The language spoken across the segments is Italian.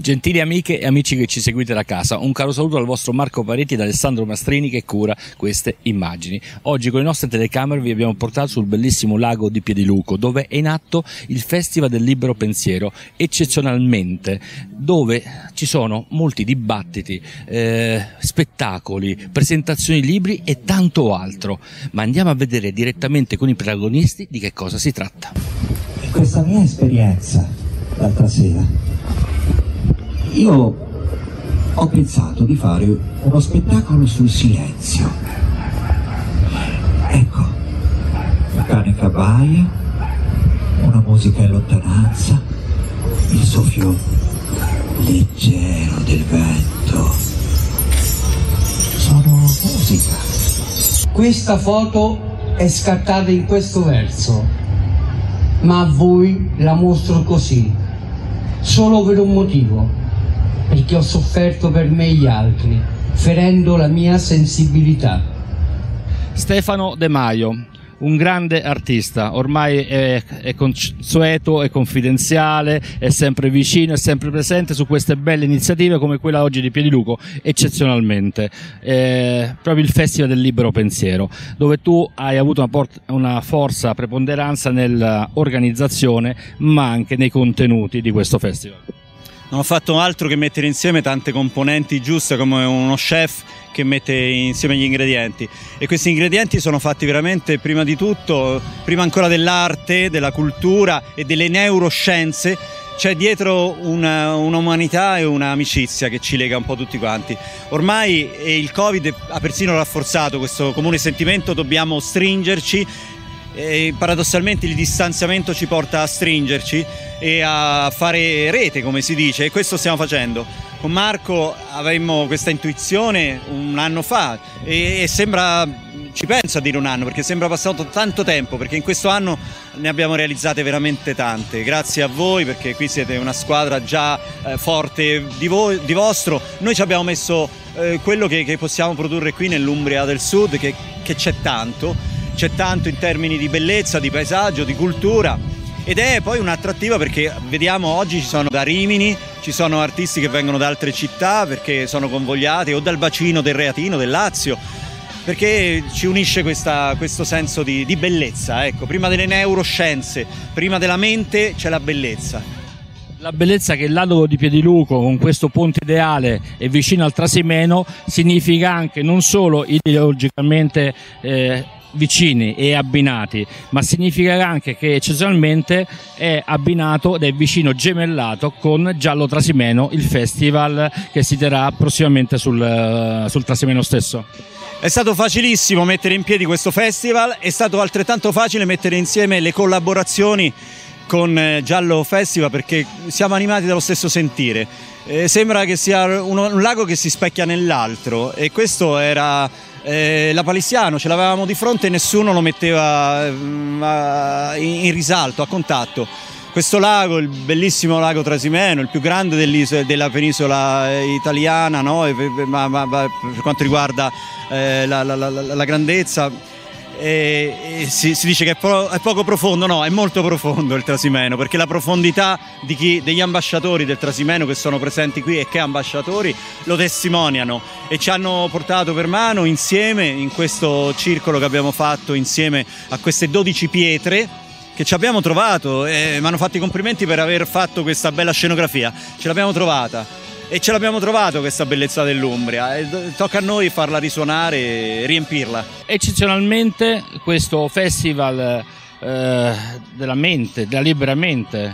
Gentili amiche e amici che ci seguite da casa, un caro saluto dal vostro Marco Pareti e da Alessandro Mastrini che cura queste immagini. Oggi con le nostre telecamere vi abbiamo portato sul bellissimo lago di Piediluco, dove è in atto il Festival del Libero Pensiero, eccezionalmente, dove ci sono molti dibattiti, spettacoli, presentazioni di libri e tanto altro. Ma andiamo a vedere direttamente con i protagonisti di che cosa si tratta. Questa mia esperienza l'altra sera, io ho pensato di fare uno spettacolo sul silenzio. Ecco, un cane che abbaia, una musica in lontananza, il soffio leggero del vento. Sono musica. Questa foto è scattata in questo verso, ma a voi la mostro così, solo per un motivo. Perché ho sofferto per me e gli altri, ferendo la mia sensibilità. Stefano De Maio, un grande artista, ormai è consueto, è confidenziale, è sempre vicino, è sempre presente su queste belle iniziative come quella oggi di Piediluco, eccezionalmente. Proprio il Festival del Libero Pensiero, dove tu hai avuto una forza, preponderanza nell'organizzazione, ma anche nei contenuti di questo festival. Non ho fatto altro che mettere insieme tante componenti giuste, come uno chef che mette insieme gli ingredienti, e questi ingredienti sono fatti veramente, prima di tutto, prima ancora dell'arte, della cultura e delle neuroscienze, c'è dietro un'umanità e un'amicizia che ci lega un po' tutti quanti. Ormai il Covid ha persino rafforzato questo comune sentimento: dobbiamo stringerci. E paradossalmente il distanziamento ci porta a stringerci e a fare rete, come si dice, e questo stiamo facendo. Con Marco avemmo questa intuizione un anno fa e sembra, ci penso a dire un anno perché sembra passato tanto tempo, perché in questo anno ne abbiamo realizzate veramente tante, grazie a voi, perché qui siete una squadra già forte di vostro. Noi ci abbiamo messo quello che possiamo produrre qui nell'Umbria del Sud, che c'è tanto in termini di bellezza, di paesaggio, di cultura, ed è poi un'attrattiva perché vediamo oggi ci sono da Rimini, ci sono artisti che vengono da altre città perché sono convogliati, o dal bacino del Reatino, del Lazio, perché ci unisce questo senso di bellezza. Ecco, prima delle neuroscienze, prima della mente c'è la bellezza. La bellezza che il lago di Piediluco, con questo ponte ideale, è vicino al Trasimeno, significa anche non solo ideologicamente vicini e abbinati, ma significa anche che eccezionalmente è abbinato ed è vicino, gemellato con Giallo Trasimeno, il festival che si terrà prossimamente sul Trasimeno stesso. È stato facilissimo mettere in piedi questo festival, è stato altrettanto facile mettere insieme le collaborazioni con Giallo Festival, perché siamo animati dallo stesso sentire. Sembra che sia un lago che si specchia nell'altro, e questo era la Palissiano, ce l'avevamo di fronte e nessuno lo metteva in risalto, a contatto. Questo lago, il bellissimo lago Trasimeno, il più grande della penisola italiana, no? Per quanto riguarda la grandezza. Si dice che è poco profondo, no, è molto profondo il Trasimeno, perché la profondità degli ambasciatori del Trasimeno che sono presenti qui e che ambasciatori lo testimoniano, e ci hanno portato per mano insieme in questo circolo che abbiamo fatto insieme a queste 12 pietre che ci abbiamo trovato, mi hanno fatto i complimenti per aver fatto questa bella scenografia. Ce l'abbiamo trovata. E ce l'abbiamo trovato questa bellezza dell'Umbria, e tocca a noi farla risuonare e riempirla. Eccezionalmente questo festival della mente, della libera mente,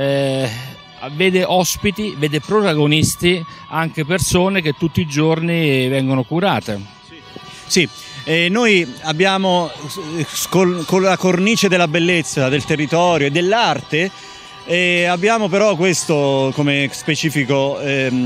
vede ospiti, vede protagonisti anche persone che tutti i giorni vengono curate. Sì. Noi abbiamo, con la cornice della bellezza, del territorio e dell'arte, abbiamo però questo come specifico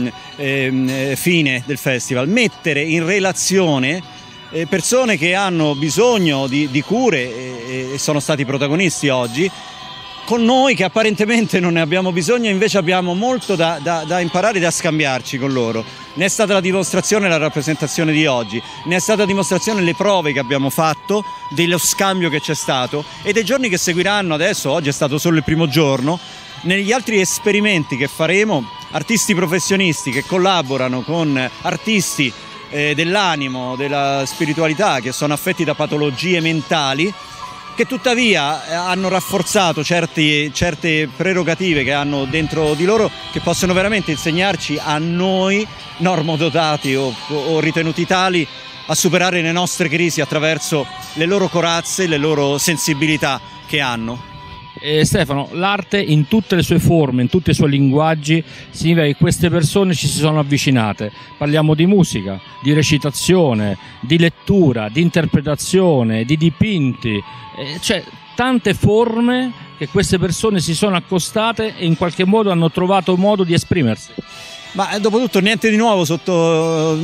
fine del festival: mettere in relazione persone che hanno bisogno di cure e sono stati protagonisti oggi, con noi che apparentemente non ne abbiamo bisogno, invece abbiamo molto da imparare e da scambiarci con loro. Ne è stata la dimostrazione la rappresentazione di oggi, ne è stata dimostrazione le prove che abbiamo fatto, dello scambio che c'è stato, e dei giorni che seguiranno. Adesso oggi è stato solo il primo giorno, negli altri esperimenti che faremo, artisti professionisti che collaborano con artisti dell'animo, della spiritualità, che sono affetti da patologie mentali, che tuttavia hanno rafforzato certe prerogative che hanno dentro di loro, che possono veramente insegnarci a noi, normodotati o ritenuti tali, a superare le nostre crisi attraverso le loro corazze, le loro sensibilità che hanno. Stefano, l'arte in tutte le sue forme, in tutti i suoi linguaggi, significa che queste persone ci si sono avvicinate. Parliamo di musica, di recitazione, di lettura, di interpretazione, di dipinti, cioè tante forme che queste persone si sono accostate e in qualche modo hanno trovato modo di esprimersi. Ma dopo tutto niente di nuovo sotto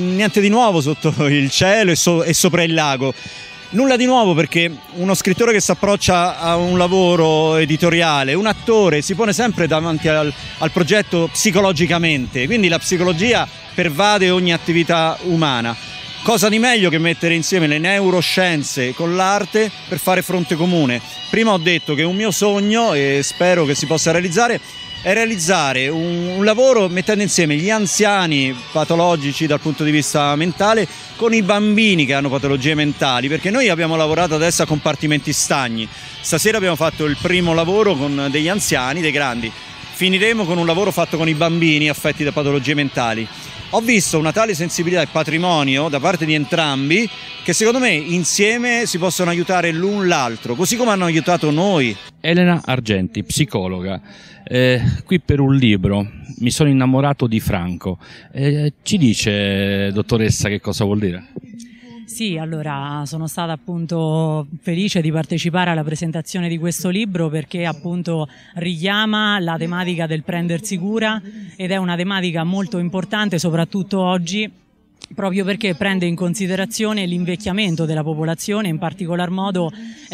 il cielo e sopra il lago. Nulla di nuovo, perché uno scrittore che si approccia a un lavoro editoriale, un attore si pone sempre davanti al progetto psicologicamente, quindi la psicologia pervade ogni attività umana. Cosa di meglio che mettere insieme le neuroscienze con l'arte per fare fronte comune? Prima ho detto che un mio sogno, e spero che si possa realizzare, è realizzare un lavoro mettendo insieme gli anziani patologici dal punto di vista mentale con i bambini che hanno patologie mentali, perché noi abbiamo lavorato adesso a compartimenti stagni. Stasera abbiamo fatto il primo lavoro con degli anziani, dei grandi. Finiremo con un lavoro fatto con i bambini affetti da patologie mentali. Ho visto una tale sensibilità e patrimonio da parte di entrambi che secondo me insieme si possono aiutare l'un l'altro, così come hanno aiutato noi. Elena Argenti, psicologa, qui per un libro, Mi sono innamorato di Franco. Ci dice, dottoressa, che cosa vuol dire? Sì, allora sono stata appunto felice di partecipare alla presentazione di questo libro, perché appunto richiama la tematica del prendersi cura, ed è una tematica molto importante soprattutto oggi, proprio perché prende in considerazione l'invecchiamento della popolazione, in particolar modo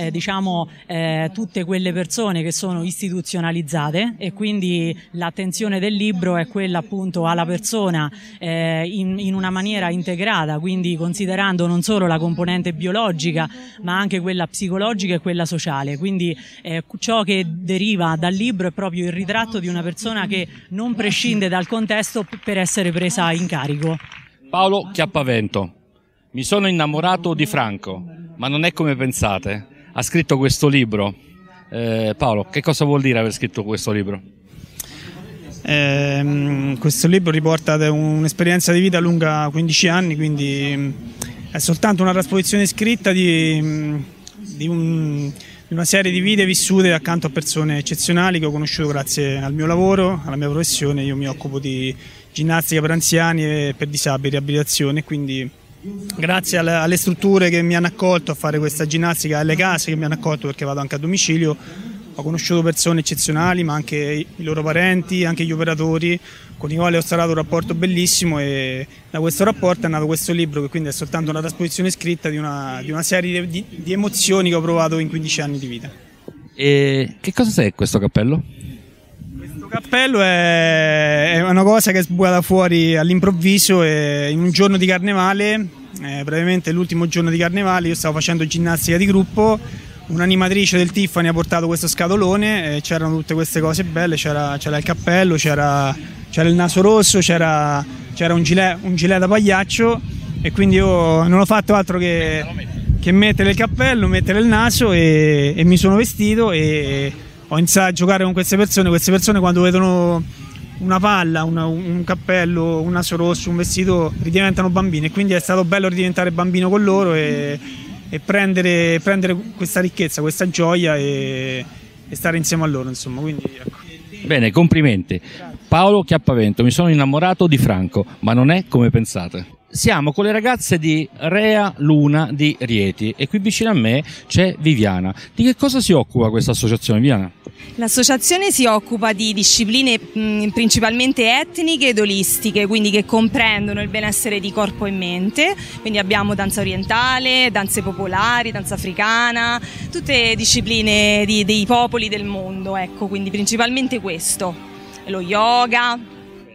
tutte quelle persone che sono istituzionalizzate, e quindi l'attenzione del libro è quella appunto alla persona in una maniera integrata, quindi considerando non solo la componente biologica ma anche quella psicologica e quella sociale. Quindi ciò che deriva dal libro è proprio il ritratto di una persona che non prescinde dal contesto per essere presa in carico. Paolo Chiappavento, mi sono innamorato di Franco, ma non è come pensate. Ha scritto questo libro. Paolo, che cosa vuol dire aver scritto questo libro? Questo libro riporta un'esperienza di vita lunga 15 anni, quindi è soltanto una trasposizione scritta di una serie di vite vissute accanto a persone eccezionali che ho conosciuto grazie al mio lavoro, alla mia professione. Io mi occupo di ginnastica per anziani e per disabili, riabilitazione, quindi grazie alle strutture che mi hanno accolto a fare questa ginnastica, alle case che mi hanno accolto, perché vado anche a domicilio, ho conosciuto persone eccezionali, ma anche i loro parenti, anche gli operatori, con i quali ho instaurato un rapporto bellissimo, e da questo rapporto è nato questo libro, che quindi è soltanto una trasposizione scritta di una serie di emozioni che ho provato in 15 anni di vita. E che cosa è questo cappello? Questo cappello è una cosa che è sbucata fuori all'improvviso, e in un giorno di carnevale, praticamente l'ultimo giorno di carnevale, io stavo facendo ginnastica di gruppo, un'animatrice del Tiffany ha portato questo scatolone, c'erano tutte queste cose belle, c'era il cappello, c'era il naso rosso, c'era un gilet da pagliaccio, e quindi io non ho fatto altro che mettere il cappello, mettere il naso, e mi sono vestito e ho iniziato a giocare con queste persone quando vedono una palla, un cappello, un naso rosso, un vestito, ridiventano bambini, e quindi è stato bello ridiventare bambino con loro e prendere questa ricchezza, questa gioia e stare insieme a loro, insomma. Quindi, ecco. Bene, complimenti. Paolo Chiappavento, mi sono innamorato di Franco, ma non è come pensate. Siamo con le ragazze di Rea Luna di Rieti e qui vicino a me c'è Viviana. Di che cosa si occupa questa associazione, Viviana? L'associazione si occupa di discipline principalmente etniche ed olistiche, quindi che comprendono il benessere di corpo e mente, quindi abbiamo danza orientale, danze popolari, danza africana, tutte discipline dei popoli del mondo, ecco, quindi principalmente questo, lo yoga.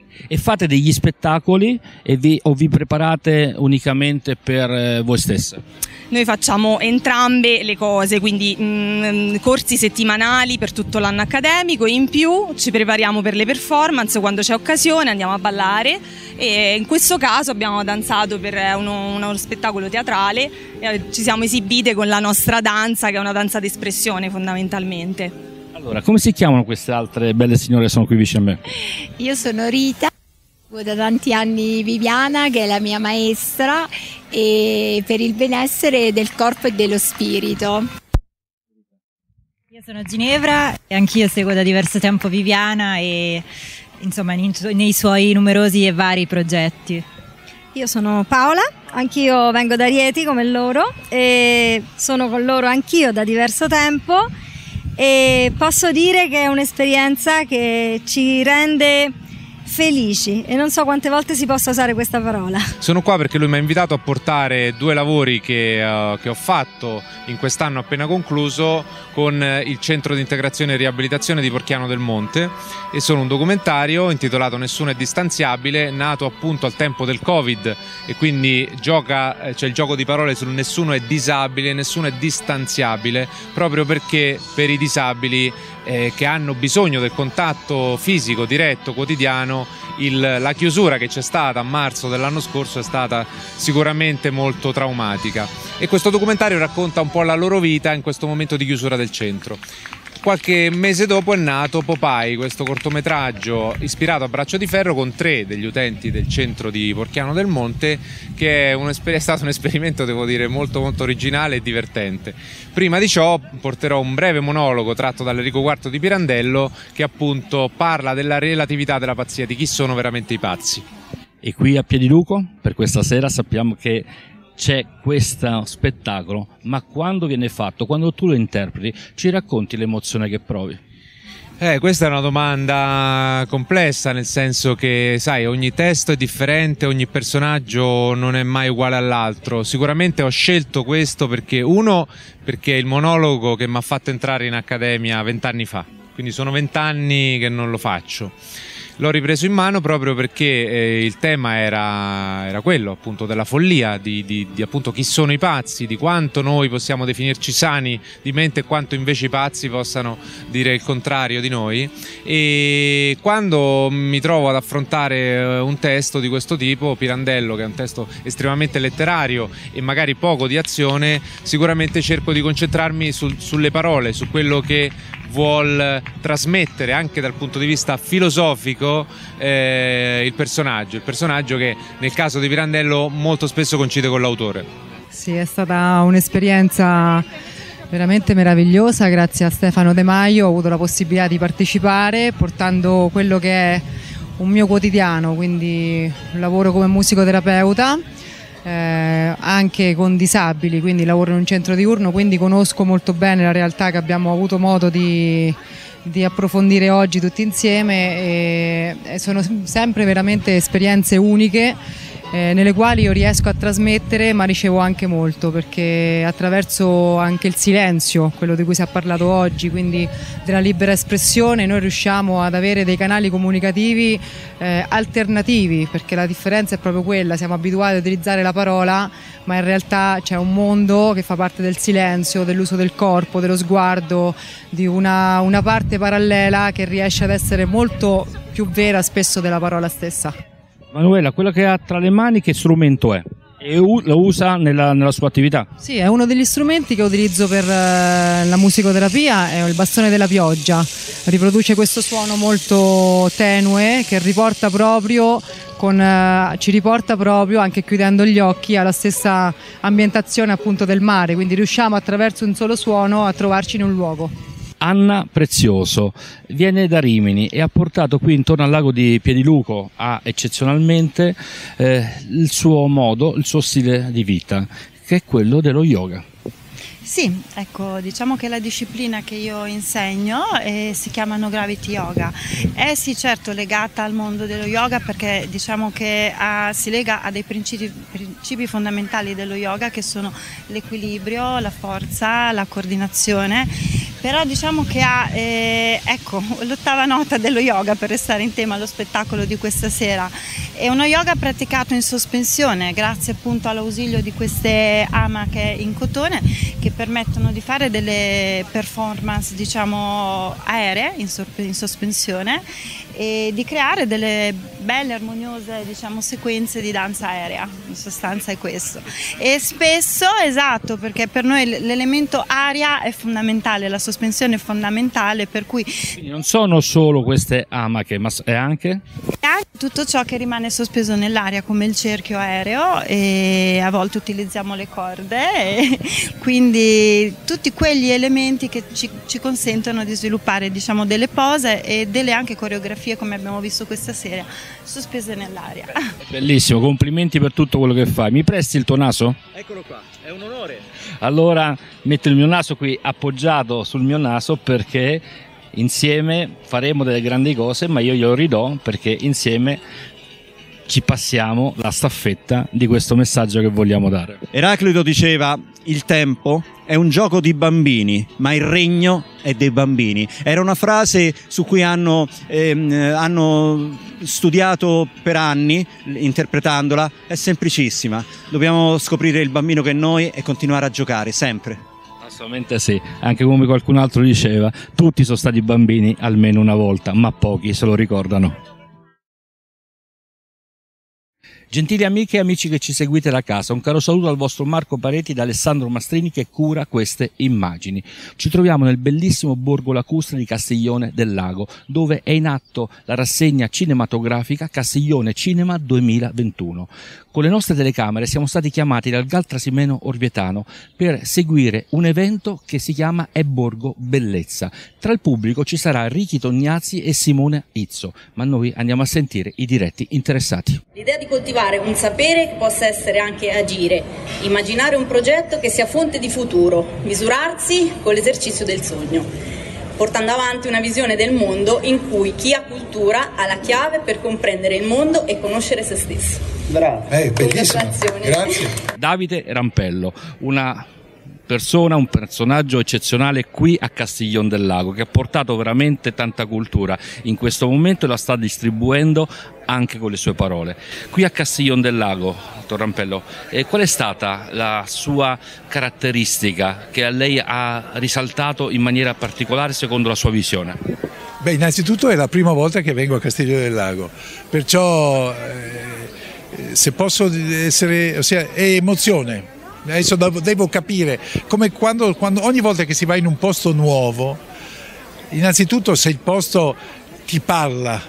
E fate degli spettacoli o vi preparate unicamente per voi stesse? Noi facciamo entrambe le cose, quindi corsi settimanali per tutto l'anno accademico, in più ci prepariamo per le performance quando c'è occasione, andiamo a ballare e in questo caso abbiamo danzato per uno spettacolo teatrale e ci siamo esibite con la nostra danza, che è una danza d'espressione fondamentalmente. Allora, come si chiamano queste altre belle signore che sono qui vicino a me? Io sono Rita. Da tanti anni Viviana, che è la mia maestra, e per il benessere del corpo e dello spirito. Io sono Ginevra e anch'io seguo da diverso tempo Viviana e insomma nei suoi numerosi e vari progetti. Io sono Paola, anch'io vengo da Rieti come loro e sono con loro anch'io da diverso tempo e posso dire che è un'esperienza che ci rende felici e non so quante volte si possa usare questa parola. Sono qua perché lui mi ha invitato a portare 2 lavori che ho fatto in quest'anno appena concluso con il Centro di Integrazione e Riabilitazione di Porchiano del Monte, e sono un documentario intitolato Nessuno è distanziabile, nato appunto al tempo del Covid, e quindi c'è il gioco di parole sul nessuno è disabile, nessuno è distanziabile, proprio perché per i disabili che hanno bisogno del contatto fisico diretto quotidiano, la chiusura che c'è stata a marzo dell'anno scorso è stata sicuramente molto traumatica, e questo documentario racconta un po' la loro vita in questo momento di chiusura del centro. Qualche mese dopo è nato Popeye, questo cortometraggio ispirato a Braccio di Ferro con 3 degli utenti del centro di Porchiano del Monte, che è stato un esperimento, devo dire, molto molto originale e divertente. Prima di ciò porterò un breve monologo tratto dall'Enrico IV di Pirandello, che appunto parla della relatività della pazzia, di chi sono veramente i pazzi. E qui a Piediluco, per questa sera, sappiamo che c'è questo spettacolo, ma quando viene fatto, quando tu lo interpreti, ci racconti l'emozione che provi? Questa è una domanda complessa, nel senso che, sai, ogni testo è differente, ogni personaggio non è mai uguale all'altro. Sicuramente ho scelto questo perché è il monologo che mi ha fatto entrare in accademia 20 anni fa, quindi sono 20 anni che non lo faccio. L'ho ripreso in mano proprio perché il tema era quello appunto della follia, di appunto chi sono i pazzi, di quanto noi possiamo definirci sani di mente e quanto invece i pazzi possano dire il contrario di noi. E quando mi trovo ad affrontare un testo di questo tipo, Pirandello, che è un testo estremamente letterario e magari poco di azione, sicuramente cerco di concentrarmi sulle parole, su quello che vuol trasmettere anche dal punto di vista filosofico il personaggio che nel caso di Pirandello molto spesso coincide con l'autore. Sì, è stata un'esperienza veramente meravigliosa. Grazie a Stefano De Maio ho avuto la possibilità di partecipare portando quello che è un mio quotidiano, quindi lavoro come musicoterapeuta anche con disabili, quindi lavoro in un centro diurno, quindi conosco molto bene la realtà che abbiamo avuto modo di approfondire oggi tutti insieme, e sono sempre veramente esperienze uniche nelle quali io riesco a trasmettere, ma ricevo anche molto, perché attraverso anche il silenzio, quello di cui si è parlato oggi, quindi della libera espressione, noi riusciamo ad avere dei canali comunicativi alternativi, perché la differenza è proprio quella: siamo abituati ad utilizzare la parola, ma in realtà c'è un mondo che fa parte del silenzio, dell'uso del corpo, dello sguardo, di una parte parallela che riesce ad essere molto più vera spesso della parola stessa. Manuela, quello che ha tra le mani che strumento è? E lo usa nella sua attività? Sì, è uno degli strumenti che utilizzo per la musicoterapia, è il bastone della pioggia. Riproduce questo suono molto tenue che riporta proprio ci riporta proprio, anche chiudendo gli occhi, alla stessa ambientazione appunto del mare, quindi riusciamo attraverso un solo suono a trovarci in un luogo. Anna Prezioso viene da Rimini e ha portato qui intorno al lago di Piediluco eccezionalmente il suo modo, il suo stile di vita, che è quello dello yoga. Sì, ecco, diciamo che la disciplina che io insegno si chiamano Gravity Yoga. È sì, certo, legata al mondo dello yoga, perché diciamo che si lega a dei principi fondamentali dello yoga, che sono l'equilibrio, la forza, la coordinazione, però diciamo che ha ecco, l'ottava nota dello yoga, per restare in tema allo spettacolo di questa sera. È uno yoga praticato in sospensione grazie appunto all'ausilio di queste amache in cotone che permettono di fare delle performance diciamo aeree in sospensione e di creare delle belle armoniose diciamo sequenze di danza aerea. In sostanza è questo, e spesso esatto, perché per noi l'elemento aria è fondamentale, la sospensione è fondamentale, per cui quindi non sono solo queste amache, ma è anche tutto ciò che rimane sospeso nell'aria come il cerchio aereo, e a volte utilizziamo le corde, e quindi tutti quegli elementi che ci consentono di sviluppare diciamo delle pose e delle anche coreografie come abbiamo visto questa sera sospese nell'aria. Bellissimo, complimenti per tutto quello che fai. Mi presti il tuo naso? Eccolo qua, è un onore. Allora metto il mio naso qui appoggiato sul mio naso, perché insieme faremo delle grandi cose, ma io glielo ridò perché insieme ci passiamo la staffetta di questo messaggio che vogliamo dare. Eraclito diceva: il tempo è un gioco di bambini, ma il regno è dei bambini. Era una frase su cui hanno studiato per anni, interpretandola. È semplicissima. Dobbiamo scoprire il bambino che è noi e continuare a giocare, sempre. Assolutamente sì, anche come qualcun altro diceva, tutti sono stati bambini almeno una volta, ma pochi se lo ricordano. Gentili amiche e amici che ci seguite da casa, un caro saluto al vostro Marco Pareti da Alessandro Mastrini che cura queste immagini. Ci troviamo nel bellissimo borgo lacustre di Castiglione del Lago, dove è in atto la rassegna cinematografica Castiglione Cinema 2021. Con le nostre telecamere siamo stati chiamati dal GAL Trasimeno Orvietano per seguire un evento che si chiama È Borgo Bellezza. Tra il pubblico ci sarà Ricky Tognazzi e Simone Izzo, ma noi andiamo a sentire i diretti interessati. L'idea di coltivare un sapere che possa essere anche agire, immaginare un progetto che sia fonte di futuro, misurarsi con l'esercizio del sogno, portando avanti una visione del mondo in cui chi ha cultura ha la chiave per comprendere il mondo e conoscere se stesso. Bravo, bellissimo, grazie. Davide Rampello, una persona, un personaggio eccezionale qui a Castiglione del Lago, che ha portato veramente tanta cultura in questo momento e la sta distribuendo anche con le sue parole. Qui a Castiglione del Lago, dottor Rampello, qual è stata la sua caratteristica che a lei ha risaltato in maniera particolare secondo la sua visione? Beh, innanzitutto è la prima volta che vengo a Castiglione del Lago, perciò se posso essere, ossia, è emozione. Adesso devo capire, come quando ogni volta che si va in un posto nuovo, innanzitutto se il posto ti parla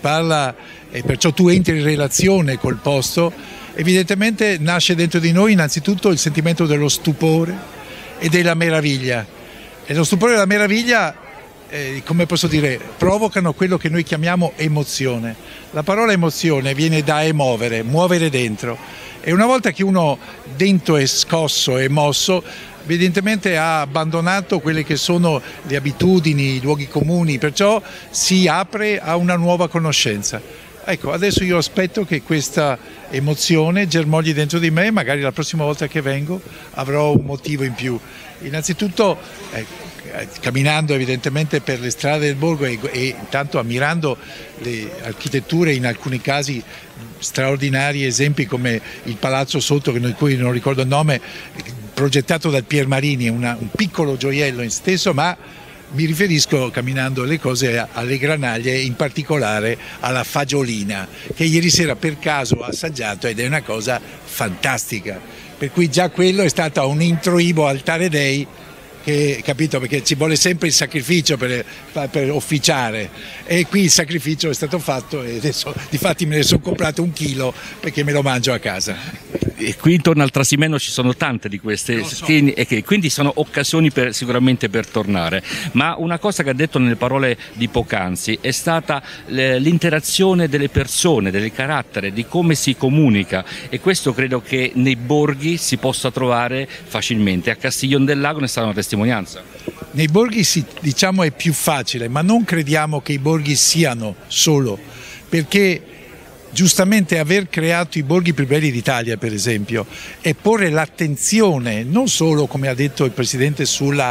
e perciò tu entri in relazione col posto, evidentemente nasce dentro di noi innanzitutto il sentimento dello stupore e della meraviglia. E lo stupore e la meraviglia, come posso dire, provocano quello che noi chiamiamo emozione. La parola emozione viene da emovere, muovere dentro. E una volta che uno dentro è scosso e mosso, evidentemente ha abbandonato quelle che sono le abitudini, i luoghi comuni, perciò si apre a una nuova conoscenza. Ecco, adesso io aspetto che questa emozione germogli dentro di me, magari la prossima volta che vengo avrò un motivo in più. Innanzitutto camminando evidentemente per le strade del borgo e intanto ammirando le architetture, in alcuni casi straordinari esempi come il palazzo sotto, di cui non ricordo il nome, progettato dal Pier Marini, un piccolo gioiello in stesso, ma mi riferisco, camminando le cose, alle granaglie, in particolare alla fagiolina, che ieri sera per caso ho assaggiato ed è una cosa fantastica, per cui già quello è stato un introibo altare dei, che, capito, perché ci vuole sempre il sacrificio per officiare, e qui il sacrificio è stato fatto e adesso difatti me ne sono comprato 1 chilo perché me lo mangio a casa. E qui intorno al Trasimeno ci sono tante di queste schiene, e quindi sono occasioni sicuramente per tornare. Ma una cosa che ha detto nelle parole di poc'anzi è stata l'interazione delle persone, del carattere, di come si comunica, e questo credo che nei borghi si possa trovare facilmente. A Castiglione del Lago ne sta una testimonianza. Nei borghi sì, diciamo è più facile, ma non crediamo che i borghi siano solo, perché giustamente aver creato i borghi più belli d'Italia, per esempio, e porre l'attenzione non solo, come ha detto il Presidente,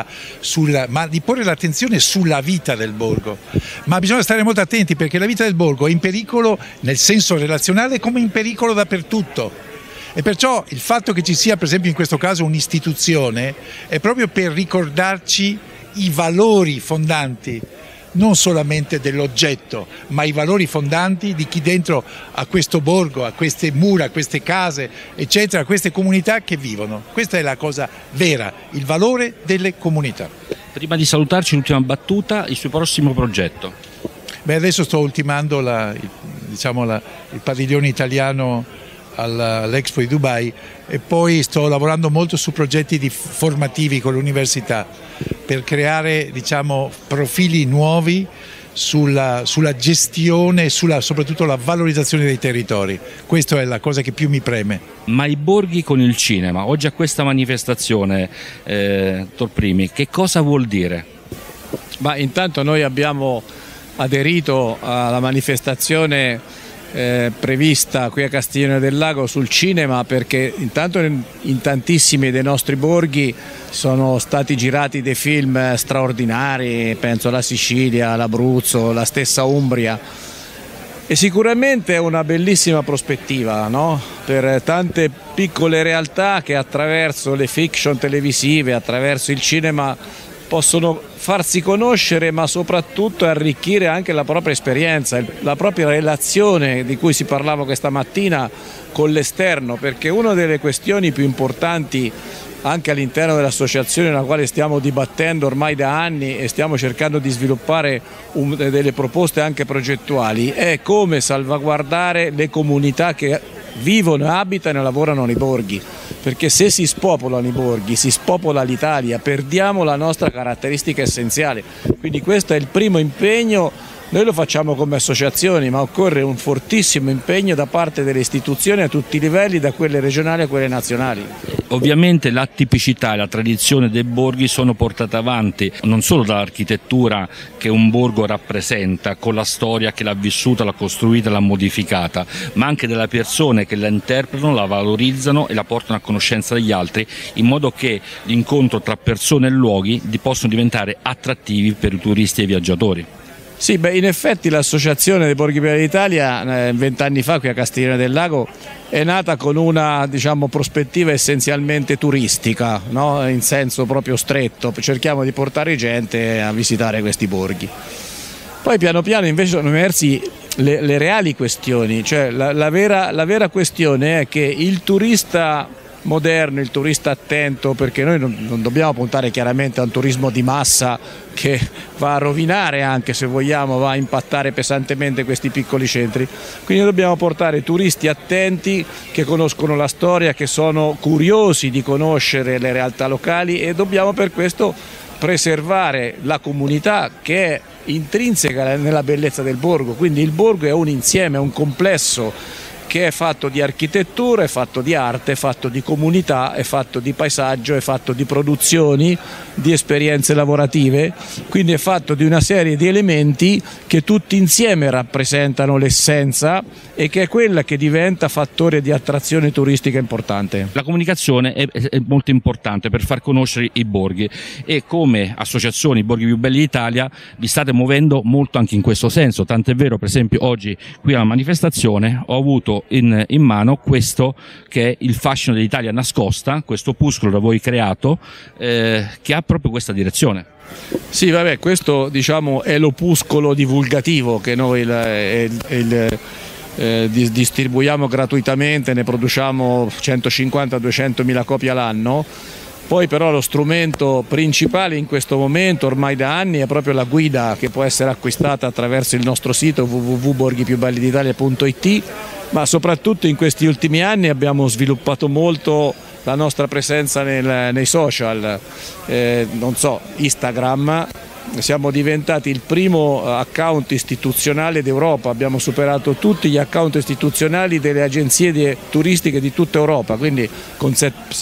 ma di porre l'attenzione sulla vita del borgo. Ma bisogna stare molto attenti, perché la vita del borgo è in pericolo nel senso relazionale come in pericolo dappertutto. E perciò il fatto che ci sia, per esempio in questo caso, un'istituzione è proprio per ricordarci i valori fondanti, non solamente dell'oggetto, ma i valori fondanti di chi dentro a questo borgo, a queste mura, a queste case, eccetera, a queste comunità che vivono. Questa è la cosa vera, il valore delle comunità. Prima di salutarci, l'ultima battuta, il suo prossimo progetto. Adesso sto ultimando il padiglione italiano all'Expo di Dubai, e poi sto lavorando molto su progetti formativi con l'università per creare profili nuovi sulla gestione e soprattutto la valorizzazione dei territori. Questa è la cosa che più mi preme. Ma i borghi con il cinema, oggi a questa manifestazione, Torprimi, che cosa vuol dire? Intanto noi abbiamo aderito alla manifestazione prevista qui a Castiglione del Lago sul cinema, perché intanto in tantissimi dei nostri borghi sono stati girati dei film straordinari, penso alla Sicilia, all'Abruzzo, la stessa Umbria, e sicuramente è una bellissima prospettiva, no? Per tante piccole realtà che attraverso le fiction televisive, attraverso il cinema possono farsi conoscere, ma soprattutto arricchire anche la propria esperienza, la propria relazione di cui si parlava questa mattina con l'esterno, perché una delle questioni più importanti anche all'interno dell'associazione, nella quale stiamo dibattendo ormai da anni e stiamo cercando di sviluppare delle proposte anche progettuali, è come salvaguardare le comunità che vivono, abitano e lavorano nei borghi, perché se si spopolano i borghi, si spopola l'Italia, perdiamo la nostra caratteristica essenziale. Quindi questo è il primo impegno. Noi lo facciamo come associazioni, ma occorre un fortissimo impegno da parte delle istituzioni a tutti i livelli, da quelle regionali a quelle nazionali. Ovviamente la tipicità e la tradizione dei borghi sono portate avanti non solo dall'architettura che un borgo rappresenta, con la storia che l'ha vissuta, l'ha costruita, l'ha modificata, ma anche dalle persone che la interpretano, la valorizzano e la portano a conoscenza degli altri, in modo che l'incontro tra persone e luoghi possono diventare attrattivi per i turisti e i viaggiatori. Sì, in effetti l'associazione dei Borghi per l'Italia 20 anni fa qui a Castiglione del Lago è nata con una prospettiva essenzialmente turistica, no? In senso proprio stretto, cerchiamo di portare gente a visitare questi borghi. Poi piano piano invece sono emersi le reali questioni, cioè la vera questione è che il turista moderno, il turista attento, perché noi non dobbiamo puntare chiaramente a un turismo di massa che va a rovinare, anche se vogliamo, va a impattare pesantemente questi piccoli centri, quindi dobbiamo portare turisti attenti che conoscono la storia, che sono curiosi di conoscere le realtà locali, e dobbiamo per questo preservare la comunità che è intrinseca nella bellezza del borgo. Quindi il borgo è un insieme, è un complesso che è fatto di architettura, è fatto di arte, è fatto di comunità, è fatto di paesaggio, è fatto di produzioni, di esperienze lavorative, quindi è fatto di una serie di elementi che tutti insieme rappresentano l'essenza e che è quella che diventa fattore di attrazione turistica importante. La comunicazione è molto importante per far conoscere i borghi, e come associazione I Borghi Più Belli d'Italia vi state muovendo molto anche in questo senso, tant'è vero per esempio oggi qui alla manifestazione ho avuto in mano questo che è il fascino dell'Italia nascosta, questo opuscolo da voi creato che ha proprio questa direzione. Sì, questo è l'opuscolo divulgativo che noi distribuiamo gratuitamente, ne produciamo 150-200 mila copie all'anno. Poi però lo strumento principale in questo momento, ormai da anni, è proprio la guida che può essere acquistata attraverso il nostro sito www.borghipiubelliditalia.it, ma soprattutto in questi ultimi anni abbiamo sviluppato molto la nostra presenza nei social, Instagram, siamo diventati il primo account istituzionale d'Europa, abbiamo superato tutti gli account istituzionali delle agenzie turistiche di tutta Europa, quindi con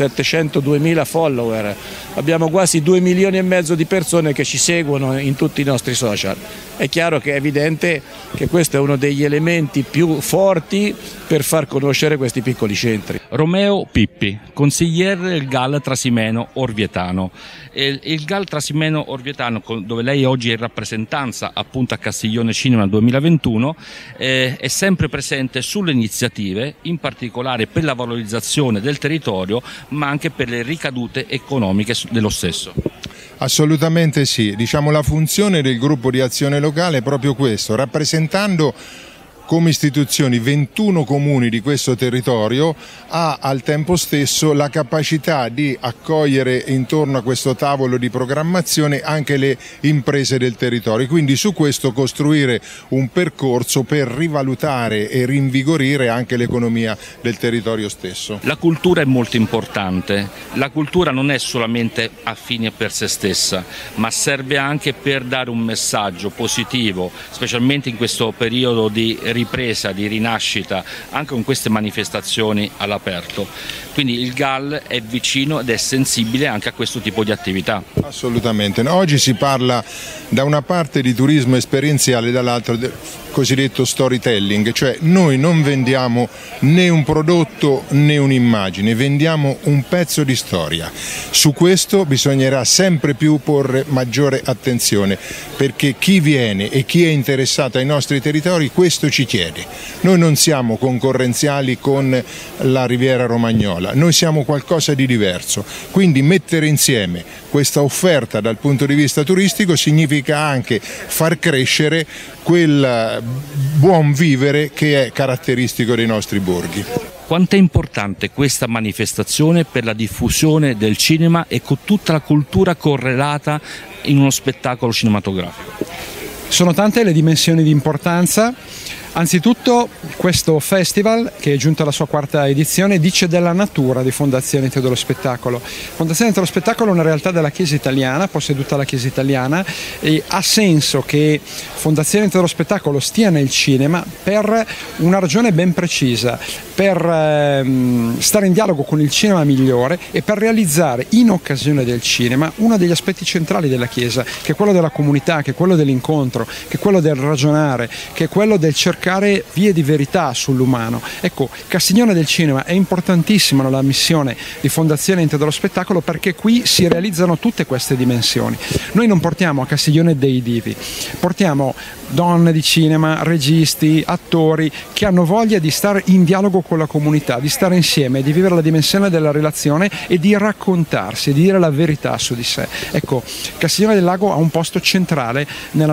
702.000 follower, abbiamo quasi 2,5 milioni di persone che ci seguono in tutti i nostri social. È chiaro che è evidente che questo è uno degli elementi più forti per far conoscere questi piccoli centri. Romeo Pippi, consigliere del GAL Trasimeno Orvietano. Il GAL Trasimeno Orvietano, dove lei oggi è in rappresentanza appunto a Castiglione Cinema 2021, è sempre presente sulle iniziative, in particolare per la valorizzazione del territorio, ma anche per le ricadute economiche dello stesso. Assolutamente sì, diciamo la funzione del gruppo di azione locale è proprio questo, rappresentando come istituzioni 21 comuni di questo territorio, ha al tempo stesso la capacità di accogliere intorno a questo tavolo di programmazione anche le imprese del territorio, quindi su questo costruire un percorso per rivalutare e rinvigorire anche l'economia del territorio stesso. La cultura è molto importante, la cultura non è solamente a fine per se stessa, ma serve anche per dare un messaggio positivo, specialmente in questo periodo di ripresa, di rinascita, anche con queste manifestazioni all'aperto. Quindi il GAL è vicino ed è sensibile anche a questo tipo di attività. Assolutamente. Oggi si parla da una parte di turismo esperienziale, dall'altra del cosiddetto storytelling, cioè noi non vendiamo né un prodotto né un'immagine, vendiamo un pezzo di storia. Su questo bisognerà sempre più porre maggiore attenzione, perché chi viene e chi è interessato ai nostri territori questo ci chiede. Noi non siamo concorrenziali con la Riviera Romagnola, noi siamo qualcosa di diverso, quindi mettere insieme questa offerta dal punto di vista turistico significa anche far crescere quel buon vivere che è caratteristico dei nostri borghi. Quanto è importante questa manifestazione per la diffusione del cinema e con tutta la cultura correlata in uno spettacolo cinematografico? Sono tante le dimensioni di importanza. Anzitutto questo festival, che è giunto alla sua 4ª edizione, dice della natura di Fondazione Ente dello Spettacolo. Fondazione Ente dello Spettacolo è una realtà della Chiesa italiana, posseduta dalla Chiesa italiana, e ha senso che Fondazione Ente dello Spettacolo stia nel cinema per una ragione ben precisa, per stare in dialogo con il cinema migliore e per realizzare in occasione del cinema uno degli aspetti centrali della Chiesa, che è quello della comunità, che è quello dell'incontro, che è quello del ragionare, che è quello del cercare vie di verità sull'umano. Ecco, Castiglione del Cinema è importantissima nella missione di Fondazione Ente dello Spettacolo, perché qui si realizzano tutte queste dimensioni. Noi non portiamo a Castiglione dei divi, portiamo donne di cinema, registi, attori che hanno voglia di stare in dialogo con la comunità, di stare insieme, di vivere la dimensione della relazione e di raccontarsi, di dire la verità su di sé. Ecco, Castiglione del Lago ha un posto centrale nel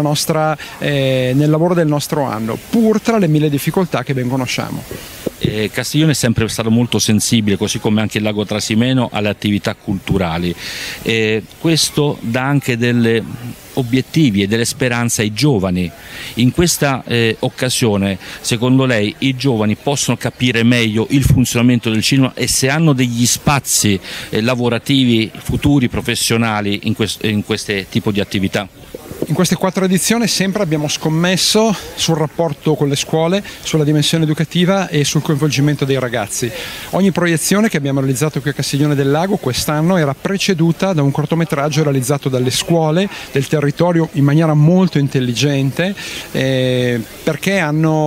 lavoro del nostro anno, pur tra le mille difficoltà che ben conosciamo. Castiglione è sempre stato molto sensibile, così come anche il Lago Trasimeno, alle attività culturali. Questo dà anche degli obiettivi e delle speranze ai giovani. In questa occasione, secondo lei, i giovani possono capire meglio il funzionamento del cinema e se hanno degli spazi lavorativi futuri, professionali in queste tipo di attività? In queste 4 edizioni sempre abbiamo scommesso sul rapporto con le scuole, sulla dimensione educativa e sul coinvolgimento dei ragazzi. Ogni proiezione che abbiamo realizzato qui a Castiglione del Lago quest'anno era preceduta da un cortometraggio realizzato dalle scuole del territorio in maniera molto intelligente, perché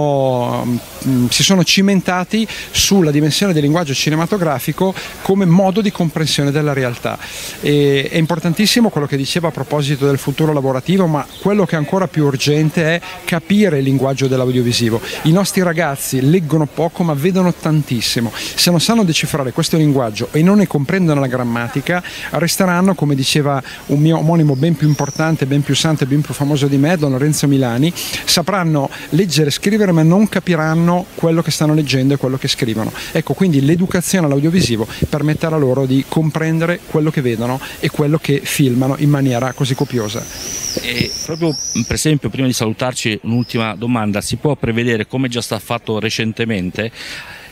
si sono cimentati sulla dimensione del linguaggio cinematografico come modo di comprensione della realtà. È importantissimo quello che diceva a proposito del futuro lavorativo, ma quello che è ancora più urgente è capire il linguaggio dell'audiovisivo. I nostri ragazzi leggono poco ma vedono tantissimo. Se non sanno decifrare questo linguaggio e non ne comprendono la grammatica, resteranno, come diceva un mio omonimo ben più importante, ben più santo e ben più famoso di me, Don Lorenzo Milani, sapranno leggere e scrivere ma non capiranno quello che stanno leggendo e quello che scrivono. Ecco, quindi l'educazione all'audiovisivo permetterà loro di comprendere quello che vedono e quello che filmano in maniera così copiosa. E proprio per esempio, prima di salutarci, un'ultima domanda: si può prevedere, come già sta fatto recentemente,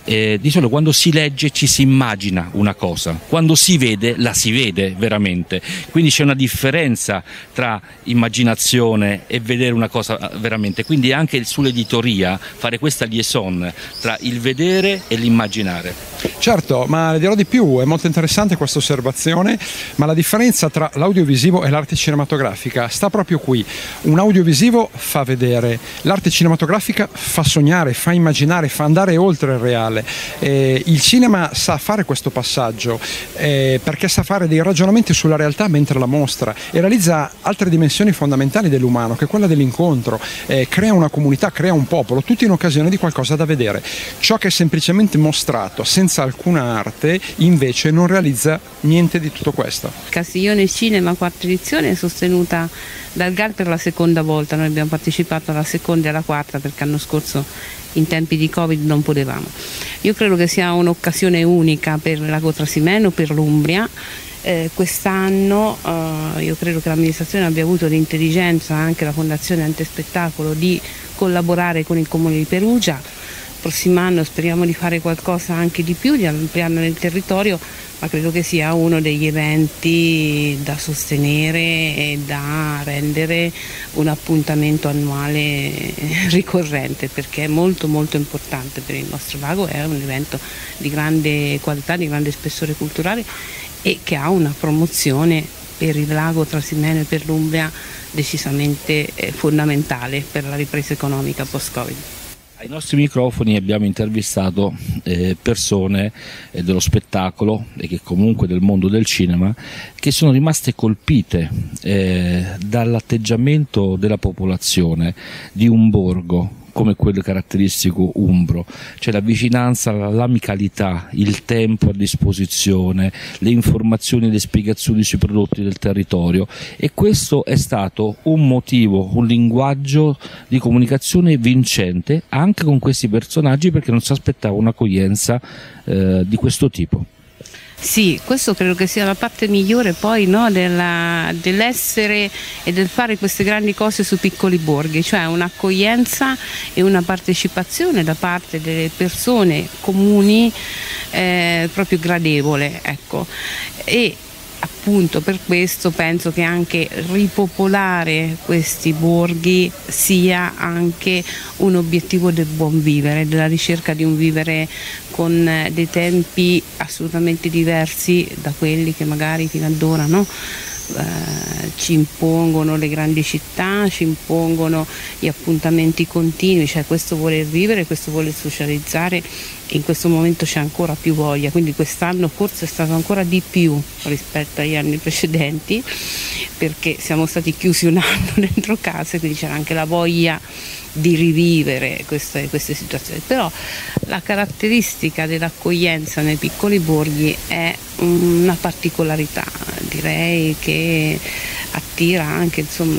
di solito quando si legge ci si immagina una cosa, quando si vede la si vede veramente, quindi c'è una differenza tra immaginazione e vedere una cosa veramente, quindi anche sull'editoria fare questa liaison tra il vedere e l'immaginare. Certo, ma le dirò di più, è molto interessante questa osservazione, ma la differenza tra l'audiovisivo e l'arte cinematografica sta proprio qui. Un audiovisivo fa vedere, l'arte cinematografica fa sognare, fa immaginare, fa andare oltre il reale. Il cinema sa fare questo passaggio perché sa fare dei ragionamenti sulla realtà mentre la mostra e realizza altre dimensioni fondamentali dell'umano, che è quella dell'incontro, crea una comunità, crea un popolo, tutti in occasione di qualcosa da vedere. Ciò che è semplicemente mostrato senza alcuna arte invece non realizza niente di tutto questo. Castiglione Cinema, quarta edizione, è sostenuta dal GAL per la seconda volta. Noi abbiamo partecipato alla seconda e alla quarta perché l'anno scorso in tempi di Covid non potevamo. Io credo che sia un'occasione unica per il Lago Trasimeno, per l'Umbria. Quest'anno io credo che l'amministrazione abbia avuto l'intelligenza, anche la Fondazione Antespettacolo, di collaborare con il Comune di Perugia. Prossimo anno speriamo di fare qualcosa anche di più, di ampliarlo nel territorio, ma credo che sia uno degli eventi da sostenere e da rendere un appuntamento annuale ricorrente, perché è molto molto importante per il nostro lago, è un evento di grande qualità, di grande spessore culturale e che ha una promozione per il Lago Trasimeno e per l'Umbria decisamente fondamentale per la ripresa economica post-Covid. Ai nostri microfoni abbiamo intervistato persone dello spettacolo e che comunque del mondo del cinema che sono rimaste colpite dall'atteggiamento della popolazione di un borgo come quello caratteristico umbro, cioè la vicinanza, l'amicalità, il tempo a disposizione, le informazioni e le spiegazioni sui prodotti del territorio, e questo è stato un motivo, un linguaggio di comunicazione vincente anche con questi personaggi, perché non si aspettava un'accoglienza di questo tipo. Sì, questo credo che sia la parte migliore poi, no, dell'essere e del fare queste grandi cose su piccoli borghi, cioè un'accoglienza e una partecipazione da parte delle persone comuni proprio gradevole, ecco. E appunto per questo penso che anche ripopolare questi borghi sia anche un obiettivo del buon vivere, della ricerca di un vivere con dei tempi assolutamente diversi da quelli che magari fino ad ora, no? Ci impongono le grandi città, ci impongono gli appuntamenti continui, cioè questo voler vivere, questo voler socializzare, in questo momento c'è ancora più voglia, quindi quest'anno forse è stato ancora di più rispetto agli anni precedenti, perché siamo stati chiusi un anno dentro casa, quindi c'era anche la voglia di rivivere queste situazioni. Però la caratteristica dell'accoglienza nei piccoli borghi è una particolarità, direi, che attira anche, insomma,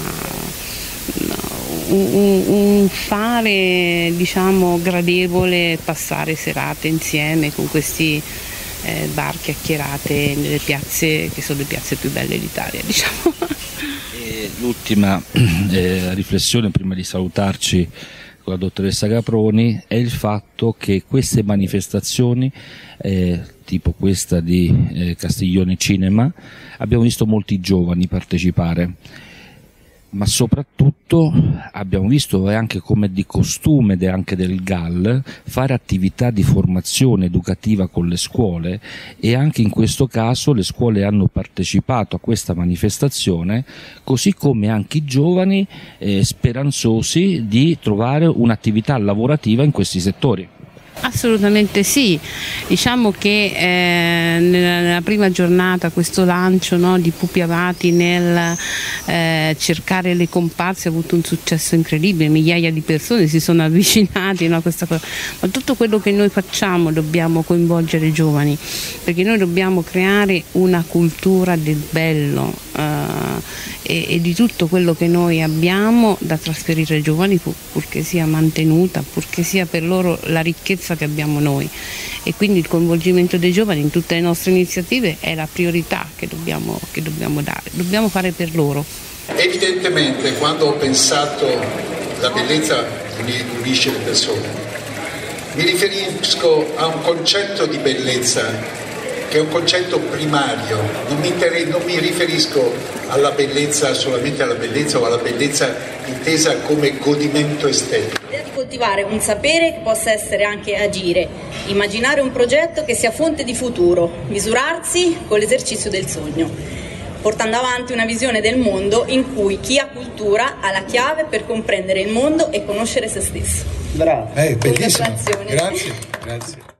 un fare, diciamo, gradevole, passare serate insieme con questi bar chiacchierate nelle piazze che sono le piazze più belle d'Italia, diciamo. E l'ultima riflessione prima di salutarci con la dottoressa Caproni è il fatto che queste manifestazioni tipo questa di Castiglione Cinema abbiamo visto molti giovani partecipare, ma soprattutto abbiamo visto, è anche come di costume ed è anche del GAL, fare attività di formazione educativa con le scuole, e anche in questo caso le scuole hanno partecipato a questa manifestazione, così come anche i giovani speranzosi di trovare un'attività lavorativa in questi settori. Assolutamente sì, diciamo che nella prima giornata questo lancio, no, di Pupi Avati nel cercare le comparse ha avuto un successo incredibile, migliaia di persone si sono avvicinati, no, a questa cosa. Ma tutto quello che noi facciamo dobbiamo coinvolgere i giovani, perché noi dobbiamo creare una cultura del bello e di tutto quello che noi abbiamo da trasferire ai giovani, purché sia mantenuta, purché sia per loro la ricchezza che abbiamo noi, e quindi il coinvolgimento dei giovani in tutte le nostre iniziative è la priorità che dobbiamo dare, dobbiamo fare per loro. Evidentemente quando ho pensato la bellezza unisce le persone, Mi riferisco a un concetto di bellezza che è un concetto primario, non mi riferisco alla bellezza, solamente alla bellezza o alla bellezza intesa come godimento estetico. L'idea di coltivare un sapere che possa essere anche agire, immaginare un progetto che sia fonte di futuro, misurarsi con l'esercizio del sogno, portando avanti una visione del mondo in cui chi ha cultura ha la chiave per comprendere il mondo e conoscere se stesso. Bravo. Bellissimo. Grazie.